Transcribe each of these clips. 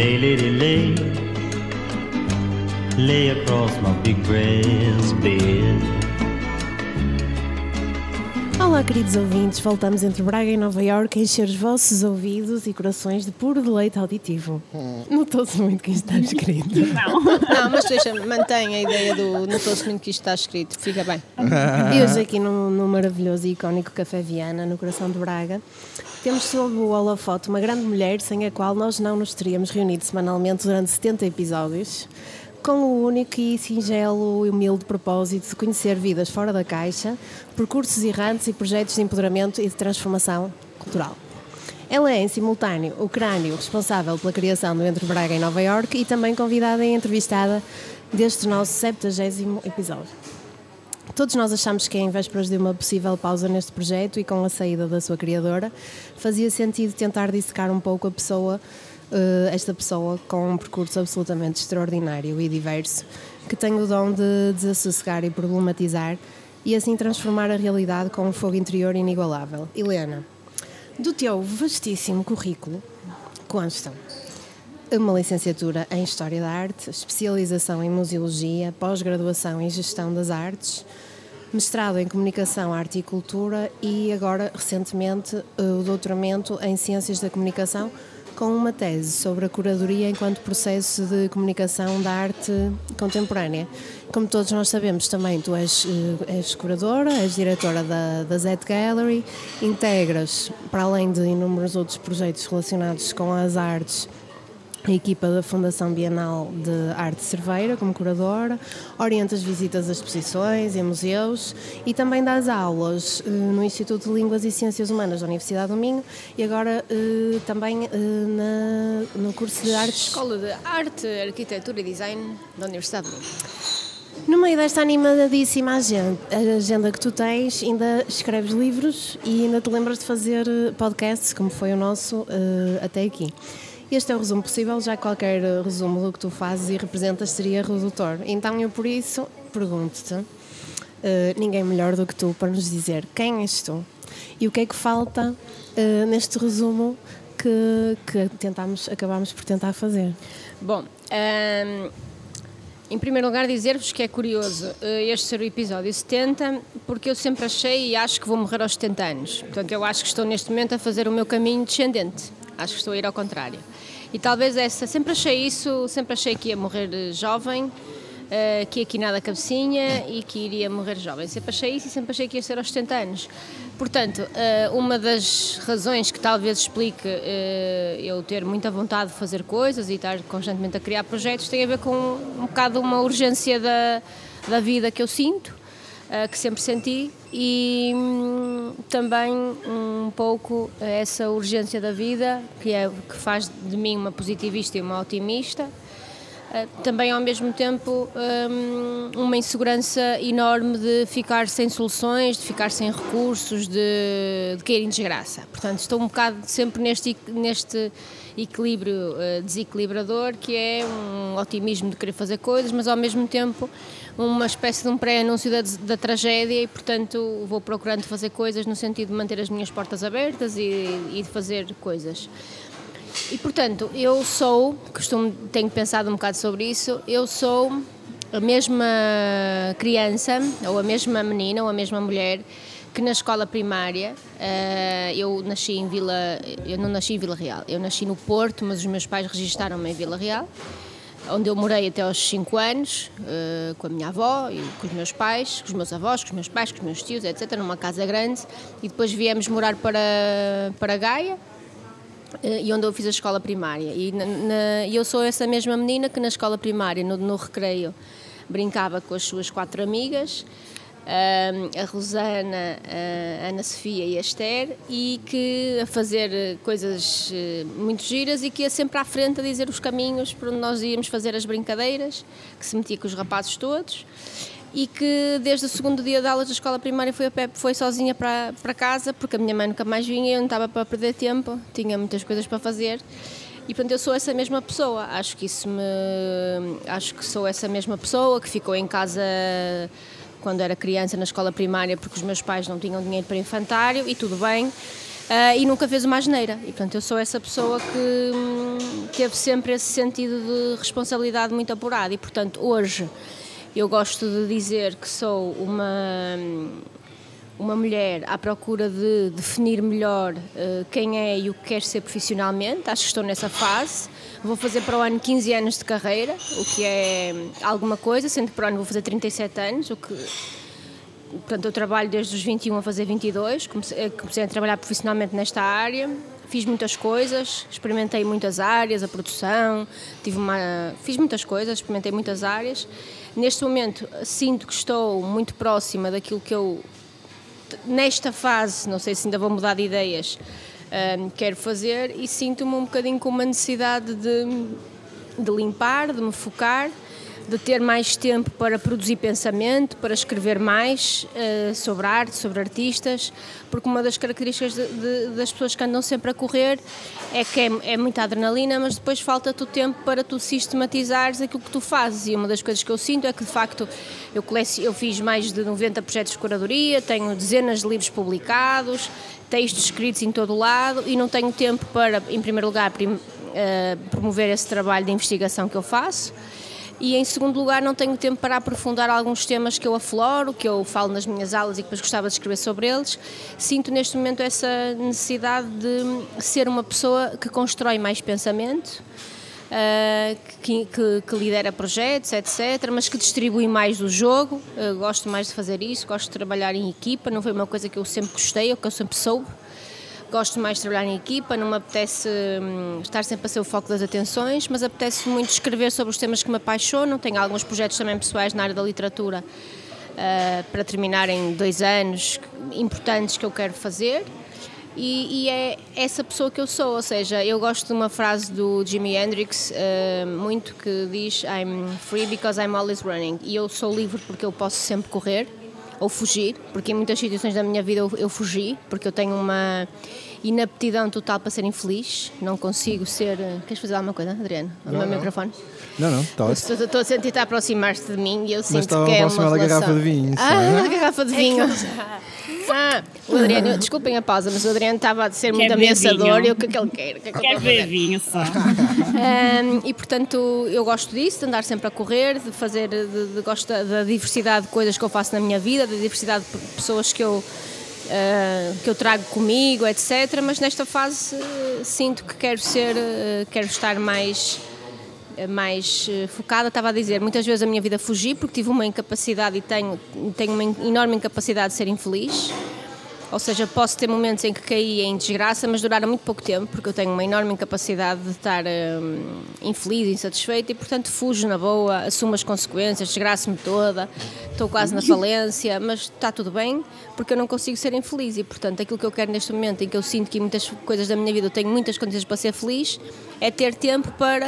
Lay, lady, lay, lay across my big breast bed. Olá, queridos ouvintes, voltamos entre Braga e Nova Iorque a encher os vossos ouvidos e corações de puro deleite auditivo. Notou-se muito que isto está escrito. Não, mas mantém a ideia do notou-se muito que isto está escrito, fica bem. E hoje aqui no maravilhoso e icónico Café Viana, no coração de Braga, temos sob o holofote uma grande mulher sem a qual nós não nos teríamos reunido semanalmente durante 70 episódios, com o único e singelo e humilde propósito de conhecer vidas fora da caixa, percursos errantes e projetos de empoderamento e de transformação cultural. Ela é, em simultâneo, o crânio responsável pela criação do Entre Braga e Nova Iorque e também convidada e entrevistada deste nosso 70º episódio. Todos nós achamos que, em vésperas de uma possível pausa neste projeto e com a saída da sua criadora, fazia sentido tentar dissecar um pouco esta pessoa com um percurso absolutamente extraordinário e diverso, que tem o dom de desassossegar e problematizar e assim transformar a realidade com um fogo interior inigualável. Helena, do teu vastíssimo currículo constam uma licenciatura em História da Arte, especialização em Museologia, pós-graduação em Gestão das Artes, mestrado em Comunicação, Arte e Cultura e agora, recentemente, o doutoramento em Ciências da Comunicação, com uma tese sobre a curadoria enquanto processo de comunicação da arte contemporânea. Como todos nós sabemos, também tu és curadora, és diretora da Zed Gallery, integras, para além de inúmeros outros projetos relacionados com as artes, a equipa da Fundação Bienal de Arte Cerveira como curadora, orientas visitas a exposições e a museus e também dás aulas no Instituto de Línguas e Ciências Humanas da Universidade do Minho e agora também no curso de Artes... Escola de Arte, Arquitetura e Design da Universidade do Minho. No meio desta animadíssima agenda que tu tens, ainda escreves livros e ainda te lembras de fazer podcasts, como foi o nosso até aqui. Este é o resumo possível, já qualquer resumo do que tu fazes e representas seria redutor. Então eu, por isso, pergunto-te, ninguém melhor do que tu para nos dizer quem és tu e o que é que falta neste resumo que acabámos por tentar fazer. Bom, em primeiro lugar dizer-vos que é curioso este ser o episódio 70, porque eu sempre achei e acho que vou morrer aos 70 anos. Portanto, eu acho que estou neste momento a fazer o meu caminho descendente. Acho que estou a ir ao contrário. E talvez sempre achei que ia morrer jovem, que ia quinar da cabecinha e que iria morrer jovem. Sempre achei isso e sempre achei que ia ser aos 70 anos. Portanto, uma das razões que talvez explique eu ter muita vontade de fazer coisas e estar constantemente a criar projetos tem a ver com um bocado uma urgência da vida que eu sinto, que sempre senti, e também um pouco essa urgência da vida que faz de mim uma positivista e uma otimista, também ao mesmo tempo uma insegurança enorme de ficar sem soluções, de ficar sem recursos, de cair em desgraça. Portanto, estou um bocado sempre neste equilíbrio desequilibrador, que é um otimismo de querer fazer coisas, mas ao mesmo tempo uma espécie de um pré-anúncio da tragédia e, portanto, vou procurando fazer coisas no sentido de manter as minhas portas abertas e de fazer coisas. E, portanto, tenho pensado um bocado sobre isso, eu sou a mesma criança, ou a mesma menina, ou a mesma mulher, que na escola primária, eu não nasci em Vila Real, eu nasci no Porto, mas os meus pais registaram-me em Vila Real, onde eu morei até aos 5 anos, com a minha avó e com os meus pais, com os meus avós, com os meus pais, com os meus tios, etc., numa casa grande, e depois viemos morar para Gaia, e onde eu fiz a escola primária. E eu sou essa mesma menina que na escola primária, no recreio, brincava com as suas 4 amigas, a Rosana, a Ana Sofia e a Esther, e que a fazer coisas muito giras e que ia sempre à frente a dizer os caminhos por onde nós íamos fazer as brincadeiras, que se metia com os rapazes todos, e que desde o segundo dia de aulas da escola primária foi sozinha para casa, porque a minha mãe nunca mais vinha e eu não estava para perder tempo, tinha muitas coisas para fazer. E, portanto, eu sou essa mesma pessoa. Acho que sou essa mesma pessoa que ficou em casa quando era criança na escola primária porque os meus pais não tinham dinheiro para infantário, e tudo bem, e nunca fez uma asneira. E, portanto, eu sou essa pessoa teve sempre esse sentido de responsabilidade muito apurado e, portanto, hoje eu gosto de dizer que sou uma mulher à procura de definir melhor quem é e o que quer ser profissionalmente. Acho que estou nessa fase. Vou fazer para o ano 15 anos de carreira, o que é alguma coisa, sendo que para o ano vou fazer 37 anos, portanto, eu trabalho desde os 21 a fazer 22, comecei a trabalhar profissionalmente nesta área, fiz muitas coisas, experimentei muitas áreas, a produção, fiz muitas coisas, experimentei muitas áreas. Neste momento sinto que estou muito próxima daquilo que eu, nesta fase, não sei se ainda vou mudar de ideias, quero fazer, e sinto-me um bocadinho com uma necessidade de limpar, de me focar, de ter mais tempo para produzir pensamento, para escrever mais sobre arte, sobre artistas, porque uma das características das pessoas que andam sempre a correr é que é muita adrenalina, mas depois falta-te o tempo para tu sistematizares aquilo que tu fazes, e uma das coisas que eu sinto é que, de facto, eu fiz mais de 90 projetos de curadoria, tenho dezenas de livros publicados, textos escritos em todo o lado, e não tenho tempo para, em primeiro lugar, promover esse trabalho de investigação que eu faço. E, em segundo lugar, não tenho tempo para aprofundar alguns temas que eu afloro, que eu falo nas minhas aulas e que depois gostava de escrever sobre eles. Sinto neste momento essa necessidade de ser uma pessoa que constrói mais pensamento, que lidera projetos, etc., mas que distribui mais do jogo. Gosto mais de fazer isso, gosto de trabalhar em equipa, não foi uma coisa que eu sempre gostei ou que eu sempre soube. Gosto mais de trabalhar em equipa, não me apetece estar sempre a ser o foco das atenções, mas apetece muito escrever sobre os temas que me apaixonam. Tenho alguns projetos também pessoais na área da literatura para terminar em 2 anos, importantes, que eu quero fazer. E é essa pessoa que eu sou, ou seja, eu gosto de uma frase do Jimi Hendrix, muito, que diz I'm free because I'm always running. E eu sou livre porque eu posso sempre correr ou fugir, porque em muitas situações da minha vida eu fugi, porque eu tenho uma inaptidão total para ser infeliz, não consigo ser... Queres fazer alguma coisa, Adriano? O meu microfone? Não, está ótimo. Estou a sentir aproximar-te de mim e eu sinto que é uma relação... garrafa de vinho. Uma garrafa de vinho. O Adriano, desculpem a pausa, mas o Adriano estava a ser muito ameaçador e o que é que ele quer? Quer ver vinho só. E portanto eu gosto disso, de andar sempre a correr, de fazer, gosto da diversidade de coisas que eu faço na minha vida, da diversidade de pessoas que eu trago comigo, etc. Mas nesta fase sinto que quero estar mais focada. Estava a dizer, muitas vezes a minha vida fugi porque tive uma incapacidade e tenho uma enorme incapacidade de ser infeliz, ou seja, posso ter momentos em que caí em desgraça, mas duraram muito pouco tempo, porque eu tenho uma enorme incapacidade de estar infeliz, insatisfeita, e portanto fujo na boa, assumo as consequências, desgraço-me toda, estou quase na falência, mas está tudo bem, porque eu não consigo ser infeliz. E portanto aquilo que eu quero neste momento, em que eu sinto que em muitas coisas da minha vida eu tenho muitas condições para ser feliz, é ter tempo para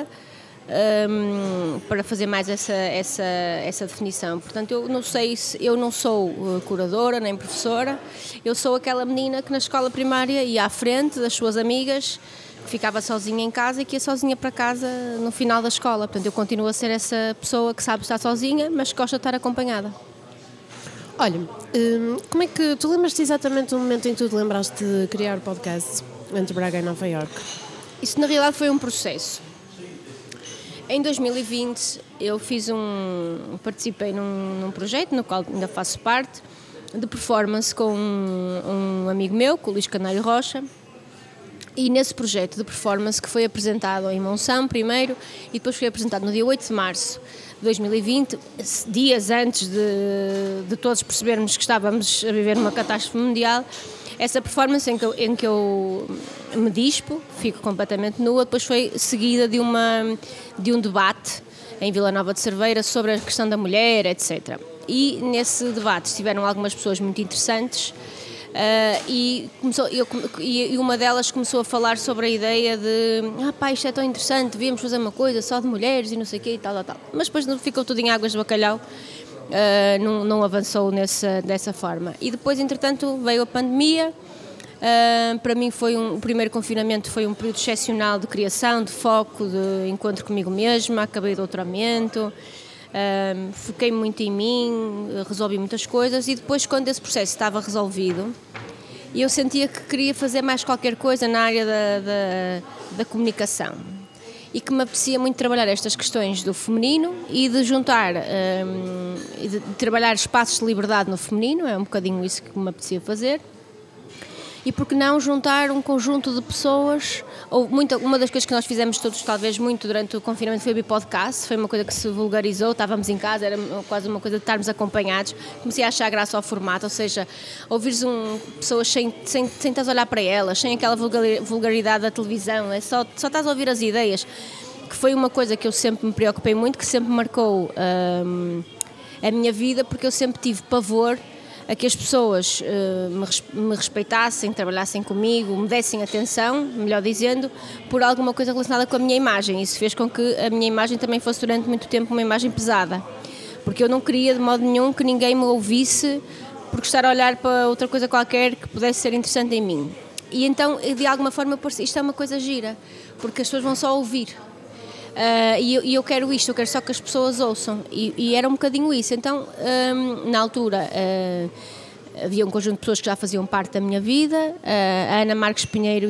fazer mais essa definição. Portanto, eu não sou curadora nem professora, eu sou aquela menina que na escola primária ia à frente das suas amigas, que ficava sozinha em casa e que ia sozinha para casa no final da escola. Portanto, eu continuo a ser essa pessoa que sabe estar sozinha, mas que gosta de estar acompanhada. Olha, como é que tu lembras-te exatamente do momento em que tu te lembraste de criar o podcast entre Braga e Nova Iorque? Isso na realidade foi um processo. Em 2020 eu participei num projeto no qual ainda faço parte, de performance com um amigo meu, com o Luís Canário Rocha, e nesse projeto de performance, que foi apresentado em Monção primeiro e depois foi apresentado no dia 8 de março de 2020, dias antes de todos percebermos que estávamos a viver uma catástrofe mundial. Essa performance em que eu me dispo, fico completamente nua, depois foi seguida de um debate em Vila Nova de Cerveira sobre a questão da mulher, etc. E nesse debate estiveram algumas pessoas muito interessantes e uma delas começou a falar sobre a ideia de isto é tão interessante, devíamos fazer uma coisa só de mulheres e não sei o quê e tal. Mas depois ficou tudo em águas de bacalhau. Não avançou dessa forma. E depois, entretanto, veio a pandemia. Para mim o primeiro confinamento foi um período excepcional de criação, de foco, de encontro comigo mesma. Acabei o doutoramento, foquei muito em mim, resolvi muitas coisas, e depois, quando esse processo estava resolvido, eu sentia que queria fazer mais qualquer coisa na área da comunicação. e que me apetecia muito trabalhar estas questões do feminino e de juntar, e de trabalhar espaços de liberdade no feminino, é um bocadinho isso que me apetecia fazer. E por que não juntar um conjunto de pessoas, uma das coisas que nós fizemos todos, talvez muito durante o confinamento, foi o podcast, foi uma coisa que se vulgarizou, estávamos em casa, era quase uma coisa de estarmos acompanhados, comecei a achar graça ao formato, ou seja, ouvires pessoas sem estás a olhar para elas, sem aquela vulgaridade da televisão, só estás a ouvir as ideias, que foi uma coisa que eu sempre me preocupei muito, que sempre marcou a minha vida, porque eu sempre tive pavor a que as pessoas me respeitassem, trabalhassem comigo, me dessem atenção, melhor dizendo, por alguma coisa relacionada com a minha imagem. Isso fez com que a minha imagem também fosse durante muito tempo uma imagem pesada, porque eu não queria de modo nenhum que ninguém me ouvisse por estar a olhar para outra coisa qualquer que pudesse ser interessante em mim. E então, de alguma forma, eu pensei, isto é uma coisa gira, porque as pessoas vão só ouvir. E eu quero isto, eu quero só que as pessoas ouçam, e era um bocadinho isso. Então, na altura, havia um conjunto de pessoas que já faziam parte da minha vida, a Ana Marques Pinheiro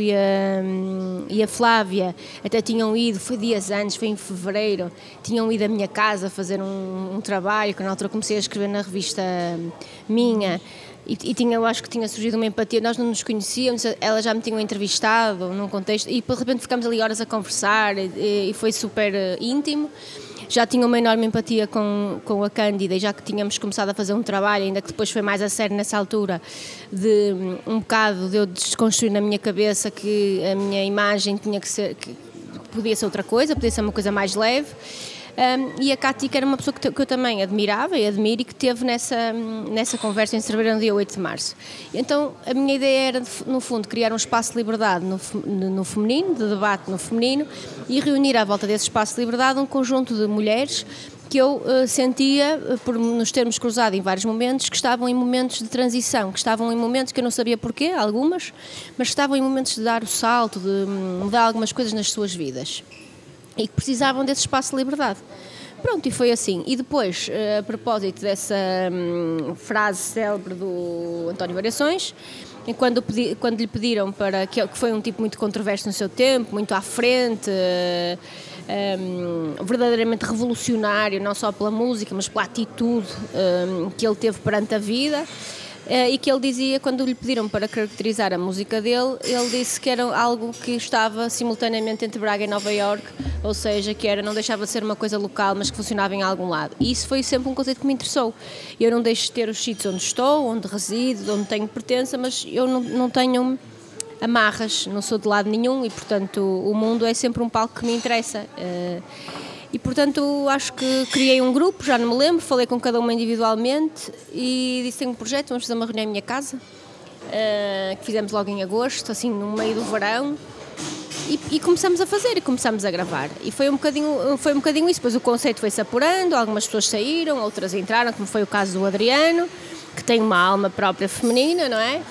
e a Flávia até tinham ido, foi dias antes, foi em fevereiro, tinham ido à minha casa fazer um trabalho, que na altura comecei a escrever na revista minha. E eu acho que tinha surgido uma empatia, nós não nos conhecíamos, elas já me tinham entrevistado num contexto, e de repente ficámos ali horas a conversar, e foi super íntimo. Já tinha uma enorme empatia com a Cândida, e já que tínhamos começado a fazer um trabalho, ainda que depois foi mais a sério nessa altura, de um bocado de eu desconstruir na minha cabeça que a minha imagem tinha que ser, que podia ser outra coisa, podia ser uma coisa mais leve. E a Cátia, que era uma pessoa que eu também admirava e admiro, e que teve nessa conversa em Cerveira no dia 8 de março. Então a minha ideia era, no fundo, criar um espaço de liberdade no feminino, de debate no feminino, e reunir à volta desse espaço de liberdade um conjunto de mulheres que eu sentia, por nos termos cruzado em vários momentos, que estavam em momentos de transição, que estavam em momentos que eu não sabia porquê, algumas, mas que estavam em momentos de dar o salto, de mudar algumas coisas nas suas vidas, e que precisavam desse espaço de liberdade. Pronto, e foi assim. E depois, a propósito dessa frase célebre do António Variações, quando lhe pediram que foi um tipo muito controverso no seu tempo, muito à frente, verdadeiramente revolucionário, não só pela música, mas pela atitude que ele teve perante a vida, e que ele dizia, quando lhe pediram para caracterizar a música dele, ele disse que era algo que estava simultaneamente entre Braga e Nova Iorque, ou seja, que não deixava de ser uma coisa local, mas que funcionava em algum lado. E isso foi sempre um conceito que me interessou. Eu não deixo de ter os sítios onde estou, onde resido, onde tenho pertença, mas eu não tenho amarras, não sou de lado nenhum, e portanto o mundo é sempre um palco que me interessa. E portanto acho que criei um grupo, já não me lembro, falei com cada uma individualmente e disse: tenho um projeto, vamos fazer uma reunião em minha casa, que fizemos logo em agosto, assim no meio do verão, e começamos a fazer, e começamos a gravar, e foi um bocadinho isso. Depois o conceito foi-se apurando, algumas pessoas saíram, outras entraram, como foi o caso do Adriano, que tem uma alma própria feminina, não é?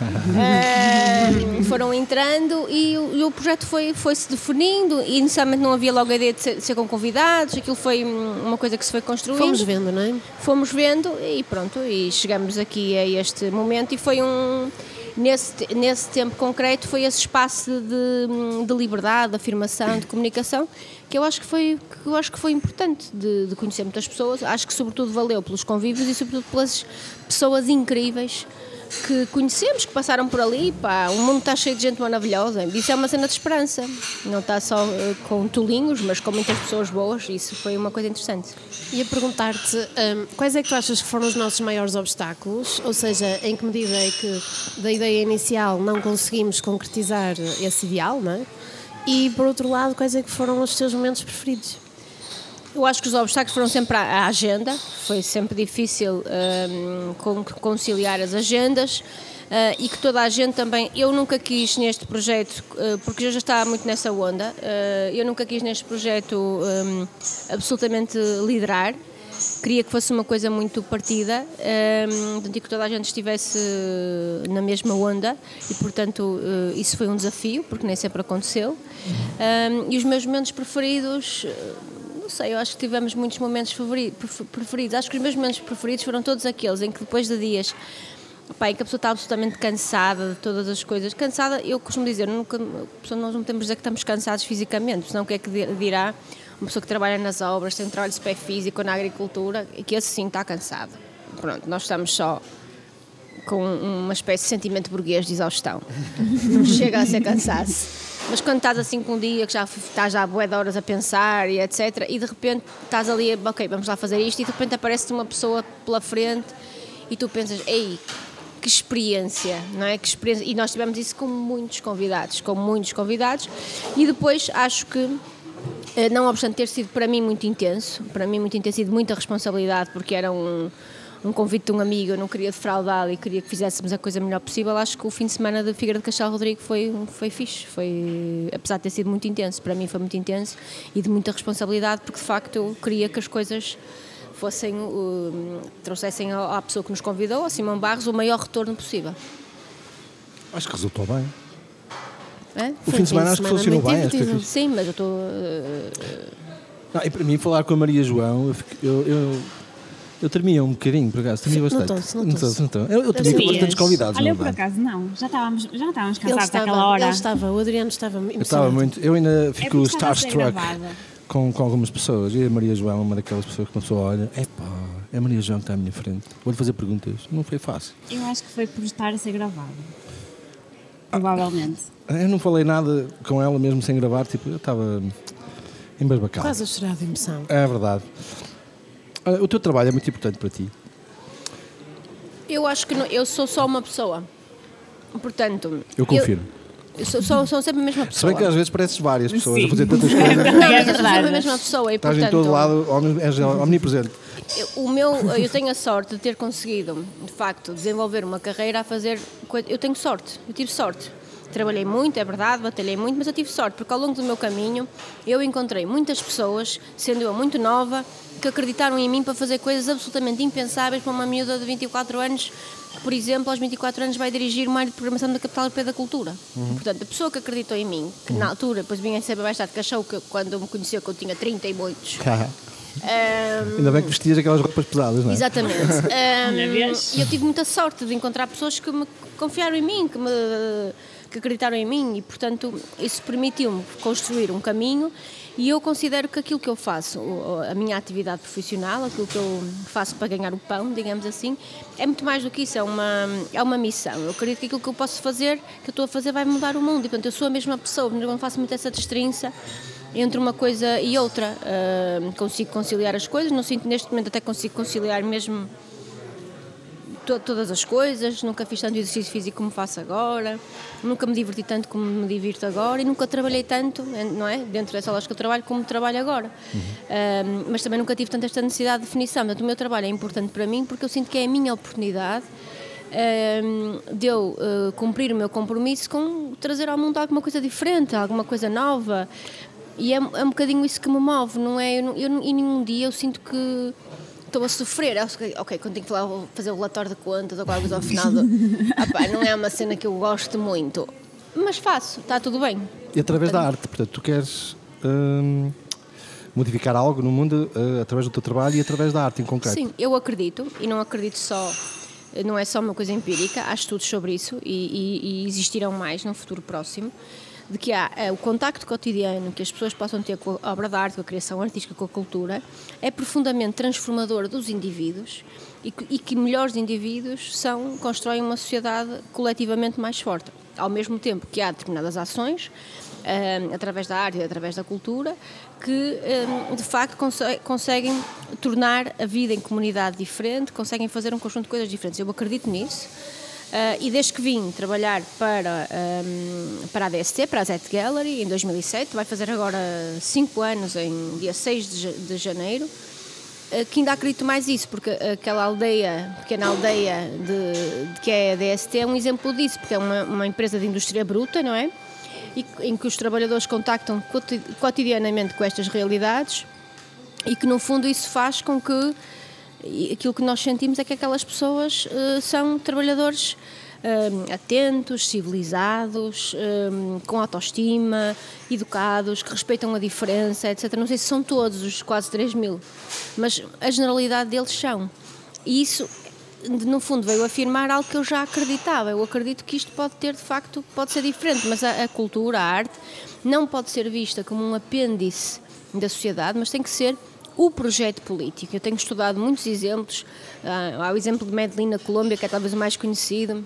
Foram entrando, e o projeto foi-se definindo, e inicialmente não havia logo a ideia de ser com convidados, aquilo foi uma coisa que se foi construindo. Fomos vendo, não é? Fomos vendo, e pronto, e chegamos aqui a este momento, e foi nesse tempo concreto, foi esse espaço de liberdade, de afirmação, de comunicação, que eu acho que foi importante de conhecer muitas pessoas. Acho que sobretudo valeu pelos convívios e sobretudo pelas pessoas incríveis que conhecemos, que passaram por ali. Pá, o mundo está cheio de gente maravilhosa, isso é uma cena de esperança, não está só com tolinhos, mas com muitas pessoas boas. Isso foi uma coisa interessante. E a perguntar-te, quais é que tu achas que foram os nossos maiores obstáculos? Ou seja, em que medida é que da ideia inicial não conseguimos concretizar esse ideal, não é? E por outro lado, quais é que foram os teus momentos preferidos? Eu acho que os obstáculos foram sempre a agenda, foi sempre difícil conciliar as agendas, e que toda a gente também, eu nunca quis neste projeto, porque eu já estava muito nessa onda, eu nunca quis neste projeto absolutamente liderar, queria que fosse uma coisa muito partida, e que toda a gente estivesse na mesma onda, e portanto isso foi um desafio, porque nem sempre aconteceu. E os meus momentos preferidos, não sei, eu acho que tivemos muitos momentos preferidos. Acho que os meus momentos preferidos foram todos aqueles em que depois de dias Pá, em que a pessoa está absolutamente cansada de todas as coisas. Cansada, eu costumo dizer, nós não podemos dizer que estamos cansados fisicamente, senão o que é que dirá uma pessoa que trabalha nas obras, tem um trabalho super físico na agricultura, e que esse sim está cansado. Pronto, nós estamos só com uma espécie de sentimento burguês de exaustão. Não chega a ser cansaço. Mas quando estás assim com um dia que já estás já há bué de horas a pensar e etc, e de repente estás ali, ok, vamos lá fazer isto, e de repente aparece-te uma pessoa pela frente e tu pensas, ei, que experiência, não é? Que experiência. E nós tivemos isso com muitos convidados, e depois acho que, não obstante ter sido para mim muito intenso e de muita responsabilidade, porque era um convite de um amigo, eu não queria defraudá-lo e queria que fizéssemos a coisa melhor possível. Acho que o fim de semana da Figueira de Castelo Rodrigo foi fixe, apesar de ter sido muito intenso, para mim foi muito intenso e de muita responsabilidade, porque de facto eu queria que as coisas trouxessem à pessoa que nos convidou, ao Simão Barros, o maior retorno possível. Acho que resultou bem. É? O fim de semana acho que funcionou bem. Acho que é fixe. Sim, mas eu estou... E para mim, falar com a Maria João, eu tremia um bocadinho, por acaso, tremia bastante. Notou-se. Eu tremia com bastantes convidados. Olha, eu por acaso não, já não estávamos cansados naquela hora. O Adriano estava emocionado. Eu estava muito, eu ainda fico starstruck gravada. com algumas pessoas, e a Maria João é uma daquelas pessoas que uma pessoa olha, é a Maria João que está à minha frente, vou-lhe fazer perguntas, não foi fácil. Eu acho que foi por estar a ser gravada, provavelmente. Eu não falei nada com ela mesmo sem gravar, tipo, eu estava embasbacado. Quase a chorar de emoção. É verdade. O teu trabalho é muito importante para ti. Eu acho que eu sou só uma pessoa, portanto... Eu confirmo. Sou sempre a mesma Se pessoa. bem que às vezes pareces várias pessoas Sim. a fazer tantas coisas. Não, mas eu sou sempre a mesma pessoa e, Estás portanto... em todo lado, és omnipresente. Eu tenho a sorte de ter conseguido, de facto, desenvolver uma carreira a fazer... Eu tenho sorte, eu tive sorte. Trabalhei muito, é verdade, batalhei muito, mas eu tive sorte, porque ao longo do meu caminho eu encontrei muitas pessoas, sendo eu muito nova, que acreditaram em mim para fazer coisas absolutamente impensáveis para uma miúda de 24 anos, que, por exemplo, aos 24 anos vai dirigir uma área de programação da Capital Europeia da Cultura. Portanto, a pessoa que acreditou em mim, que na altura, depois vinha a saber mais tarde, que achou que quando me conheceu que eu tinha 30 e muitos... Ainda bem que vestias aquelas roupas pesadas, não é? Exatamente. E eu tive muita sorte de encontrar pessoas que me confiaram em mim, que acreditaram em mim, e portanto isso permitiu-me construir um caminho, e eu considero que aquilo que eu faço, a minha atividade profissional, aquilo que eu faço para ganhar o pão, digamos assim, é muito mais do que isso, é uma missão. Eu acredito que aquilo que eu posso fazer, que eu estou a fazer, vai mudar o mundo, e portanto eu sou a mesma pessoa, mas quando faço muito essa destrinça entre uma coisa e outra, consigo conciliar as coisas, não sinto, neste momento até consigo conciliar mesmo todas as coisas, nunca fiz tanto exercício físico como faço agora, nunca me diverti tanto como me divirto agora, e nunca trabalhei tanto, não é? Dentro dessa lógica que eu trabalho, como trabalho agora. Mas também nunca tive tanta esta necessidade de definição. Portanto, o meu trabalho é importante para mim porque eu sinto que é a minha oportunidade de eu cumprir o meu compromisso com trazer ao mundo alguma coisa diferente, alguma coisa nova, e é um bocadinho isso que me move, não é? E nenhum dia eu sinto que estou a sofrer. Ok, quando tenho que fazer o relatório de contas ou qualquer coisa ao final não é uma cena que eu gosto muito, mas faço, está tudo bem. E através da arte, portanto, tu queres modificar algo no mundo através do teu trabalho e através da arte em concreto. Sim, eu acredito, e não acredito só, não é só uma coisa empírica, há estudos sobre isso e existirão mais no futuro próximo, de que há o contacto cotidiano que as pessoas possam ter com a obra de arte, com a criação artística, com a cultura, é profundamente transformador dos indivíduos, e que melhores indivíduos constroem uma sociedade coletivamente mais forte. Ao mesmo tempo que há determinadas ações, através da arte e através da cultura, que de facto conseguem tornar a vida em comunidade diferente, conseguem fazer um conjunto de coisas diferentes. Eu acredito nisso. E desde que vim trabalhar para a DST, para a Zet Gallery, em 2007, vai fazer agora 5 anos, em dia 6 de janeiro, que ainda acredito mais isso, porque aquela pequena aldeia de que é a DST é um exemplo disso, porque é uma empresa de indústria bruta, não é? Em que os trabalhadores contactam cotidianamente com estas realidades, e que no fundo isso faz com que aquilo que nós sentimos é que aquelas pessoas são trabalhadores atentos, civilizados, com autoestima, educados, que respeitam a diferença, etc. Não sei se são todos os quase 3.000, mas a generalidade deles são. E isso no fundo veio afirmar algo que eu já acreditava. Eu acredito que isto pode ter, de facto, pode ser diferente, mas a cultura, a arte, não pode ser vista como um apêndice da sociedade, mas tem que ser o projeto político. Eu tenho estudado muitos exemplos. Há o exemplo de Medellín, na Colômbia, que é talvez o mais conhecido,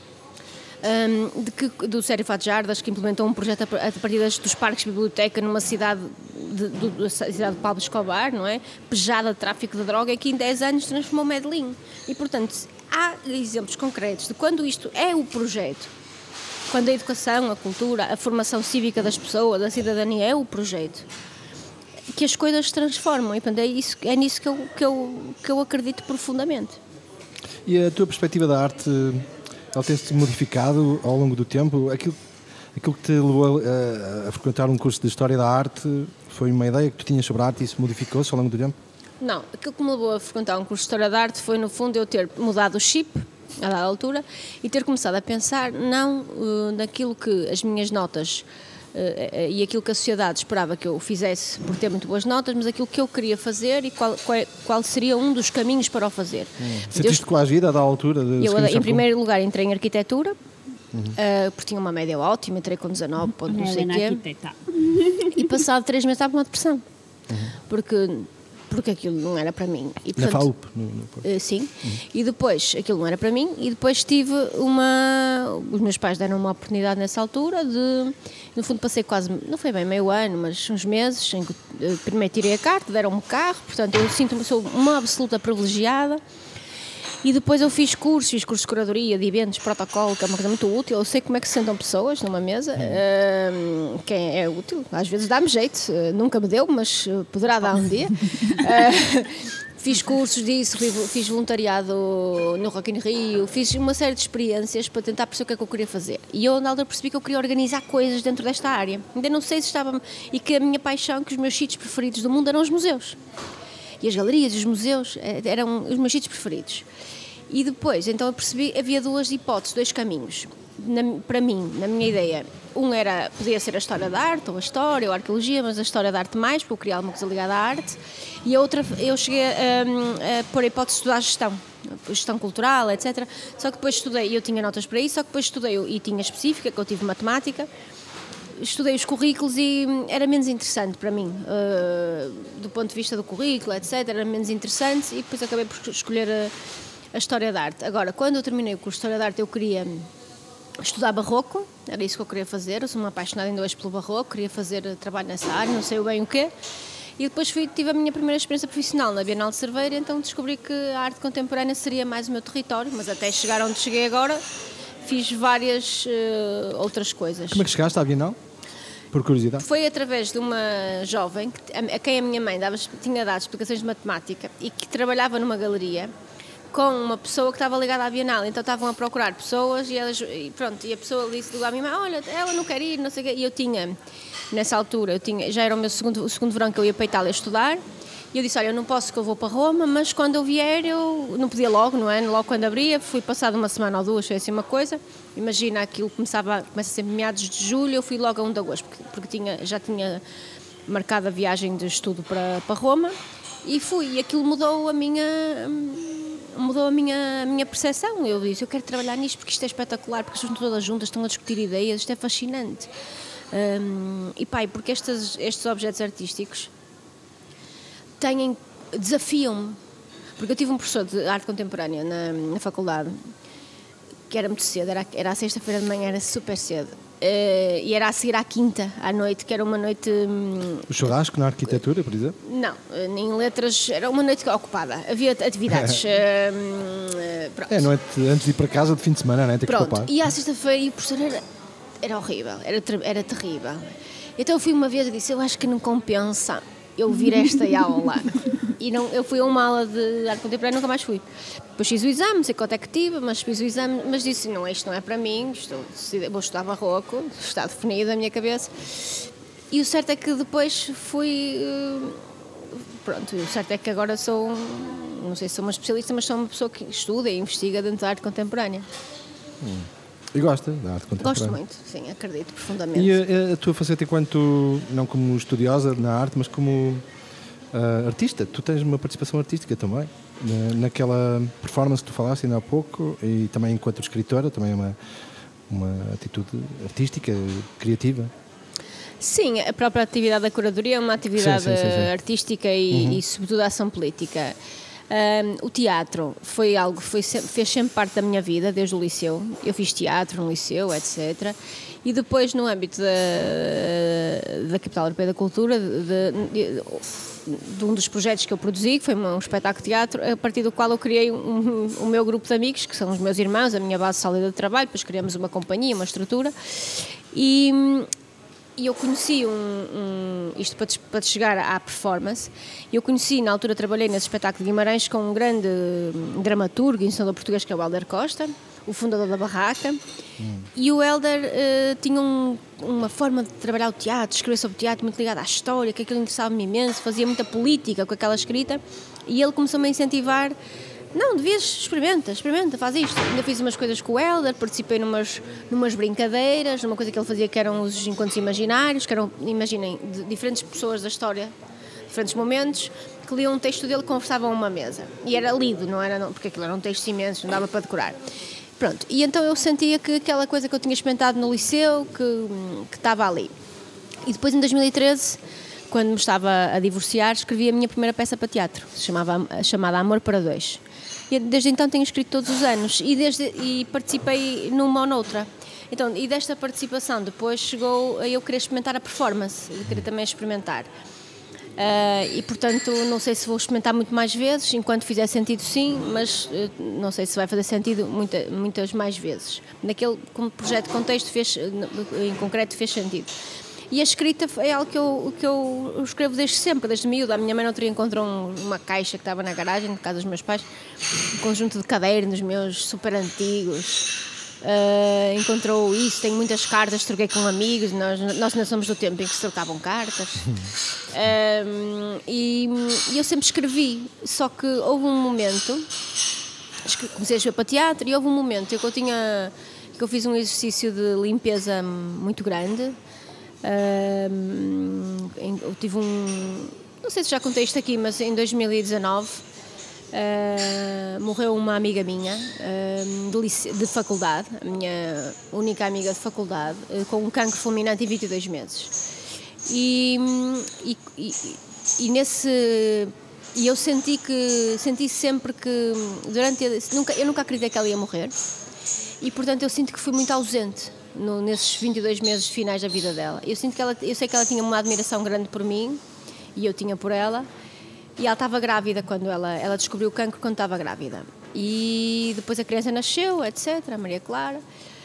do Sérgio Fajardas, que implementou um projeto a partir dos parques de biblioteca numa cidade da cidade de Pablo Escobar, não é? Pejada de tráfico de droga, e que em 10 anos transformou Medellín. E, portanto, há exemplos concretos de quando isto é o projeto, quando a educação, a cultura, a formação cívica das pessoas, a cidadania é o projeto, que as coisas se transformam. E, portanto, é nisso que eu acredito profundamente. E a tua perspectiva da arte, ela tem-se modificado ao longo do tempo? Aquilo que te levou a frequentar um curso de História da Arte foi uma ideia que tu tinhas sobre a arte e isso modificou-se ao longo do tempo? Não, aquilo que me levou a frequentar um curso de História da Arte foi, no fundo, eu ter mudado o chip a dada altura e ter começado a pensar não naquilo que as minhas notas e aquilo que a sociedade esperava que eu fizesse por ter muito boas notas, mas aquilo que eu queria fazer e qual seria um dos caminhos para o fazer. Sentiste coagida a dada altura? Em primeiro lugar, entrei em arquitetura, porque tinha uma média ótima, entrei com 19 pontos, não sei o quê. E passado 3 meses estava com uma depressão. Porque aquilo não era para mim. E, portanto, na FAUP? Sim. E depois, aquilo não era para mim, e depois tive os meus pais deram uma oportunidade nessa altura no fundo passei quase, não foi bem meio ano, mas uns meses, em que primeiro tirei a carta, deram-me carro, portanto eu sinto-me, sou uma absoluta privilegiada. E depois eu fiz cursos de curadoria, de eventos, protocolo, que é uma coisa muito útil. Eu sei como é que se sentam pessoas numa mesa, que é útil. Às vezes dá-me jeito, nunca me deu, mas poderá dar um dia. Fiz cursos disso, fiz voluntariado no Rock in Rio, fiz uma série de experiências para tentar perceber o que é que eu queria fazer. E eu, na altura, percebi que eu queria organizar coisas dentro desta área. Ainda não sei se estava... E que a minha paixão, que os meus sítios preferidos do mundo eram os museus. E as galerias, os museus, eram os meus sítios preferidos. E depois, então eu percebi, havia 2 hipóteses, 2 caminhos. Para mim, na minha ideia, podia ser a história da arte, ou a história, ou a arqueologia, mas a história da arte mais, porque eu queria alguma coisa ligada à arte. E a outra, eu cheguei a pôr a hipótese de estudar gestão cultural, etc. Só que depois estudei, eu tinha notas para isso, só que depois estudei, e tinha específica, que eu tive matemática, estudei os currículos e era menos interessante para mim, do ponto de vista do currículo, etc. Era menos interessante e depois acabei por escolher a História da Arte. Agora, quando eu terminei o curso de História da Arte, eu queria estudar barroco, era isso que eu queria fazer. Eu sou uma apaixonada ainda hoje pelo barroco, queria fazer trabalho nessa área, não sei bem o quê. E depois tive a minha primeira experiência profissional na Bienal de Cerveira, então descobri que a arte contemporânea seria mais o meu território, mas até chegar onde cheguei agora, fiz várias outras coisas. Como é que chegaste à Bienal? Por curiosidade. Foi através de uma jovem a quem a minha mãe tinha dado explicações de matemática e que trabalhava numa galeria com uma pessoa que estava ligada à Bienal, então estavam a procurar pessoas e a pessoa disse logo à minha mãe, olha, ela não quer ir, não sei o quê. E eu tinha, nessa altura, já era o segundo verão que eu ia para a Itália estudar, e eu disse, olha, eu não posso que eu vou para Roma, mas quando eu vier, eu não podia logo, não é? Logo quando abria, fui passado uma semana ou 2, foi assim uma coisa. Imagina, aquilo começa sempre em meados de julho, eu fui logo a 1 de agosto, porque já tinha marcado a viagem de estudo para Roma, e fui, e aquilo mudou a minha percepção. Eu disse, eu quero trabalhar nisto porque isto é espetacular, porque as pessoas todas juntas estão a discutir ideias, isto é fascinante. Porque estes objetos artísticos desafiam-me, porque eu tive um professor de arte contemporânea na faculdade, que era muito cedo, era à sexta-feira de manhã, era super cedo, e era a seguir à quinta, à noite, que era uma noite... O churrasco na arquitetura, por exemplo? Não, nem letras, era uma noite ocupada, havia atividades. Noite antes de ir para casa de fim de semana, não é? Ter que poupar. E à sexta-feira, e o professor era horrível, era terrível. Então eu fui uma vez e disse, eu acho que não compensa eu vir esta aula. E eu fui a uma aula de arte contemporânea e nunca mais fui. Depois fiz o exame, não sei quanto é que tive, mas fiz o exame, mas disse, não, isto não é para mim, vou estudar barroco, está definido na minha cabeça. E o certo é que depois fui... o certo é que agora não sei se sou uma especialista, mas sou uma pessoa que estuda e investiga dentro da arte contemporânea. E gosta da arte contemporânea? Gosto muito, sim, acredito profundamente. E a tua faceta enquanto, não como estudiosa na arte, mas como artista. Tu tens uma participação artística também, naquela performance que tu falaste ainda há pouco, e também enquanto escritora, também é uma atitude artística, criativa. Sim, a própria atividade da curadoria é uma atividade sim. Artística e sobretudo a ação política. O teatro foi algo que fez sempre parte da minha vida desde o liceu. Eu fiz teatro no liceu, etc. E depois, no âmbito da Capital Europeia da Cultura, de um dos projetos que eu produzi, que foi um espetáculo de teatro, a partir do qual eu criei o meu grupo de amigos, que são os meus irmãos, a minha base sólida de trabalho. Depois criamos uma companhia, uma estrutura, e eu conheci isto para chegar à performance. Eu conheci, na altura trabalhei nesse espetáculo de Guimarães com um grande dramaturgo e encenador português, que é o Hélder Costa, o fundador da Barraca. E o Hélder tinha uma forma de trabalhar o teatro, escrever sobre o teatro muito ligada à história, que aquilo interessava-me imenso, fazia muita política com aquela escrita, e ele começou-me a incentivar: não, devias, experimenta, faz isto. Ainda fiz umas coisas com o Hélder, participei numas brincadeiras, numa coisa que ele fazia que eram os encontros imaginários, que eram, imaginem, de diferentes pessoas da história, diferentes momentos, que liam um texto dele e conversavam a uma mesa. E era lido, porque aquilo era um texto imenso, não dava para decorar. Pronto, e então eu sentia que aquela coisa que eu tinha experimentado no liceu, que estava ali. E depois, em 2013, quando me estava a divorciar, escrevi a minha primeira peça para teatro, chamada Amor para Dois. E desde então tenho escrito todos os anos e participei numa ou noutra. Então, e desta participação depois chegou a eu querer experimentar a performance, eu queria também experimentar. E portanto não sei se vou experimentar muito mais vezes, enquanto fizer sentido sim, mas não sei se vai fazer sentido muitas mais vezes. Naquele projeto de contexto em concreto fez sentido. E a escrita é algo que eu escrevo desde sempre, desde miúda. A minha mãe outro dia encontrou uma caixa que estava na garagem de casa dos meus pais, um conjunto de cadernos meus super antigos. Encontrou isso, tenho muitas cartas, troquei com amigos, nós ainda somos do tempo em que se trocavam cartas. E eu sempre escrevi, só que houve um momento, comecei a escrever para teatro, e houve um momento que eu fiz um exercício de limpeza muito grande. Eu tive não sei se já contei isto aqui, mas em 2019 morreu uma amiga minha de faculdade, a minha única amiga de faculdade, com um cancro fulminante em 22 meses. E eu senti sempre que eu nunca acreditei que ela ia morrer, e portanto eu sinto que fui muito ausente nesses 22 meses finais da vida dela. Eu sei que ela tinha uma admiração grande por mim, e eu tinha por ela. E ela estava grávida quando ela descobriu o cancro quando estava grávida. E depois a criança nasceu, etc., a Maria Clara.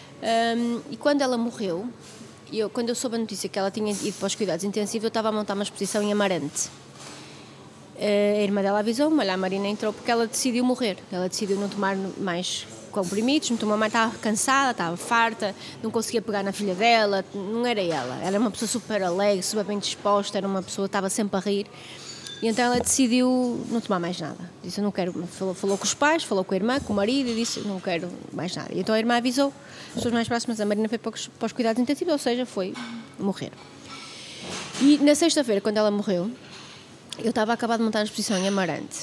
E quando ela morreu, quando eu soube a notícia que ela tinha ido para os cuidados intensivos, eu estava a montar uma exposição em Amarante. A irmã dela avisou-me: olha, a Marina entrou porque ela decidiu morrer. Ela decidiu não tomar mais comprimidos, não tomou mais, estava cansada, estava farta, não conseguia pegar na filha dela, não era ela. Era uma pessoa super alegre, super bem disposta, era uma pessoa que estava sempre a rir. E então ela decidiu não tomar mais nada. Disse: eu não quero. Falou com os pais, falou com a irmã, com o marido, e disse: não quero mais nada. E então a irmã avisou as pessoas mais próximas: a Marina foi para os cuidados intensivos, ou seja, foi morrer. E na sexta-feira, quando ela morreu, eu estava a acabar de montar a exposição em Amarante.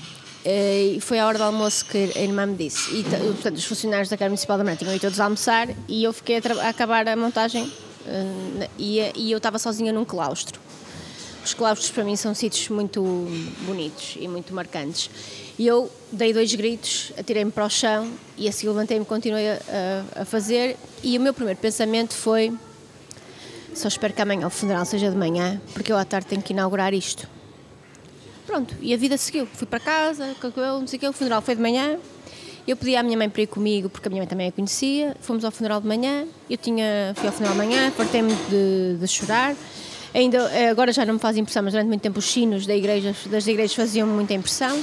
E foi à hora do almoço que a irmã me disse. E, portanto, os funcionários da Câmara Municipal de Amarante tinham ido todos a almoçar, e eu fiquei a acabar a montagem, e eu estava sozinha num claustro. Os claustros para mim são sítios muito bonitos e muito marcantes. E eu dei 2 gritos, atirei-me para o chão, e assim levantei-me e continuei a fazer. E o meu primeiro pensamento foi: só espero que amanhã o funeral seja de manhã, porque eu à tarde tenho que inaugurar isto. Pronto, e a vida seguiu. Fui para casa, não sei o que, o funeral foi de manhã. Eu pedi à minha mãe para ir comigo, porque a minha mãe também a conhecia. Fomos ao funeral de manhã. Fui ao funeral de manhã, fartei-me de chorar. Agora já não me faz impressão, mas durante muito tempo os sinos das igrejas faziam muita impressão.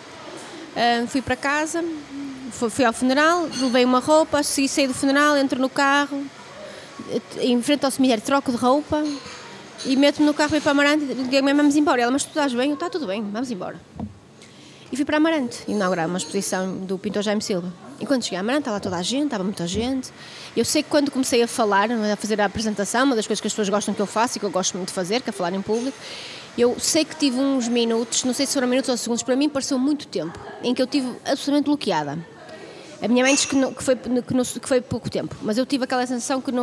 Fui para casa, fui ao funeral, levei uma roupa, saí do funeral, entro no carro, em frente ao cemitério, troco de roupa e meto-me no carro e ir para Amarante e digo: vamos embora. Ela: mas tu estás bem? Eu: está tudo bem, vamos embora. E fui para Amarante inaugurar uma exposição do pintor Jaime Silva. E quando cheguei a Amarante, estava muita gente. Eu sei que quando comecei a falar, a fazer a apresentação, uma das coisas que as pessoas gostam que eu faço e que eu gosto muito de fazer, que é falar em público, Eu sei que tive uns minutos, não sei se foram minutos ou segundos, para mim pareceu muito tempo, em que eu estive absolutamente bloqueada. A minha mãe diz que foi pouco tempo, mas eu tive aquela sensação que